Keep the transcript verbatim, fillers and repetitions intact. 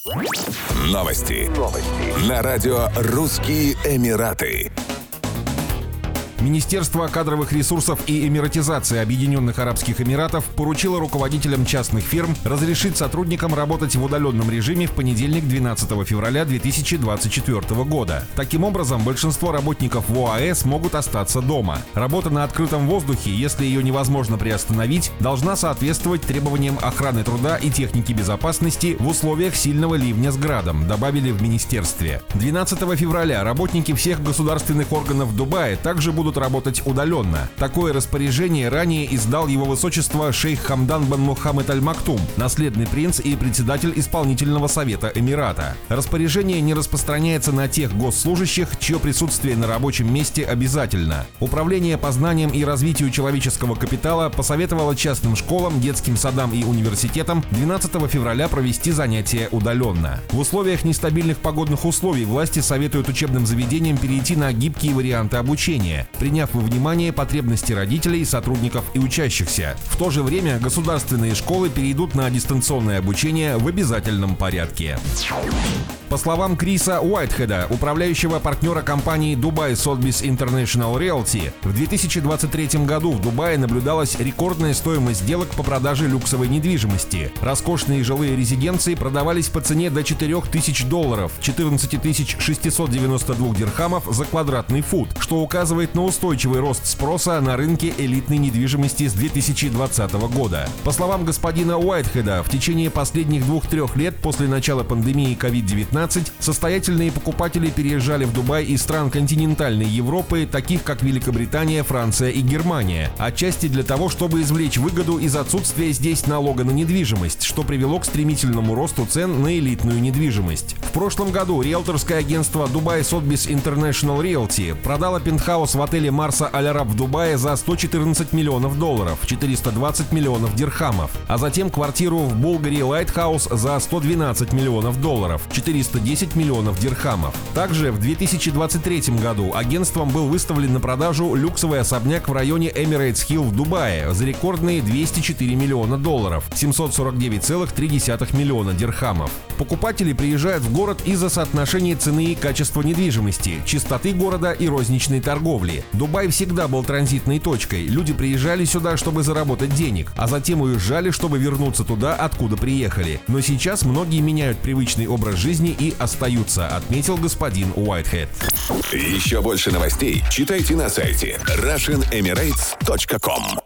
Новости. Новости. На радио «Русские Эмираты». Министерство кадровых ресурсов и эмиратизации Объединенных Арабских Эмиратов поручило руководителям частных фирм разрешить сотрудникам работать в удаленном режиме в понедельник, двенадцатого февраля две тысячи двадцать четвёртого года. Таким образом, большинство работников в ОАЭ смогут остаться дома. Работа на открытом воздухе, если ее невозможно приостановить, должна соответствовать требованиям охраны труда и техники безопасности в условиях сильного ливня с градом, добавили в министерстве. двенадцатого февраля работники всех государственных органов Дубая также будут работать удаленно. Такое распоряжение ранее издал его высочество шейх Хамдан бен Мухаммед Аль-Мактум, наследный принц и председатель исполнительного совета Эмирата. Распоряжение не распространяется на тех госслужащих, чье присутствие на рабочем месте обязательно. Управление по знаниям и развитию человеческого капитала посоветовало частным школам, детским садам и университетам двенадцатого февраля провести занятия удаленно. В условиях нестабильных погодных условий власти советуют учебным заведениям перейти на гибкие варианты обучения, приняв во внимание потребности родителей, сотрудников и учащихся. В то же время государственные школы перейдут на дистанционное обучение в обязательном порядке. По словам Криса Уайтхеда, управляющего партнера компании Dubai Sotheby's International Realty, в две тысячи двадцать третьем году в Дубае наблюдалась рекордная стоимость сделок по продаже люксовой недвижимости. Роскошные жилые резиденции продавались по цене до четырех тысяч долларов, четырнадцать тысяч шестьсот девяносто два дирхамов за квадратный фут, что указывает на устойчивый рост спроса на рынке элитной недвижимости с две тысячи двадцатого года. По словам господина Уайтхеда, в течение последних двух-трех лет после начала пандемии ковид девятнадцать состоятельные покупатели переезжали в Дубай из стран континентальной Европы, таких как Великобритания, Франция и Германия, отчасти для того, чтобы извлечь выгоду из отсутствия здесь налога на недвижимость, что привело к стремительному росту цен на элитную недвижимость. В прошлом году риэлторское агентство Dubai Sotheby's International Realty продало пентхаус в отеле Марса Аль-Араб в Дубае за сто четырнадцать миллионов долларов, четыреста двадцать миллионов дирхамов, а затем квартиру в Булгари Лайтхаус за сто двенадцать миллионов долларов, четыреста десять миллионов дирхамов. Также в две тысячи двадцать третьем году агентством был выставлен на продажу люксовый особняк в районе Emirates Hill в Дубае за рекордные двести четыре миллиона долларов, семьсот сорок девять целых три десятых миллиона дирхамов. Покупатели приезжают в город из-за соотношения цены и качества недвижимости, чистоты города и розничной торговли. Дубай всегда был транзитной точкой. Люди приезжали сюда, чтобы заработать денег, а затем уезжали, чтобы вернуться туда, откуда приехали. Но сейчас многие меняют привычный образ жизни и остаются, отметил господин Уайтхед. Еще больше новостей читайте на сайте Russian Emirates точка ком.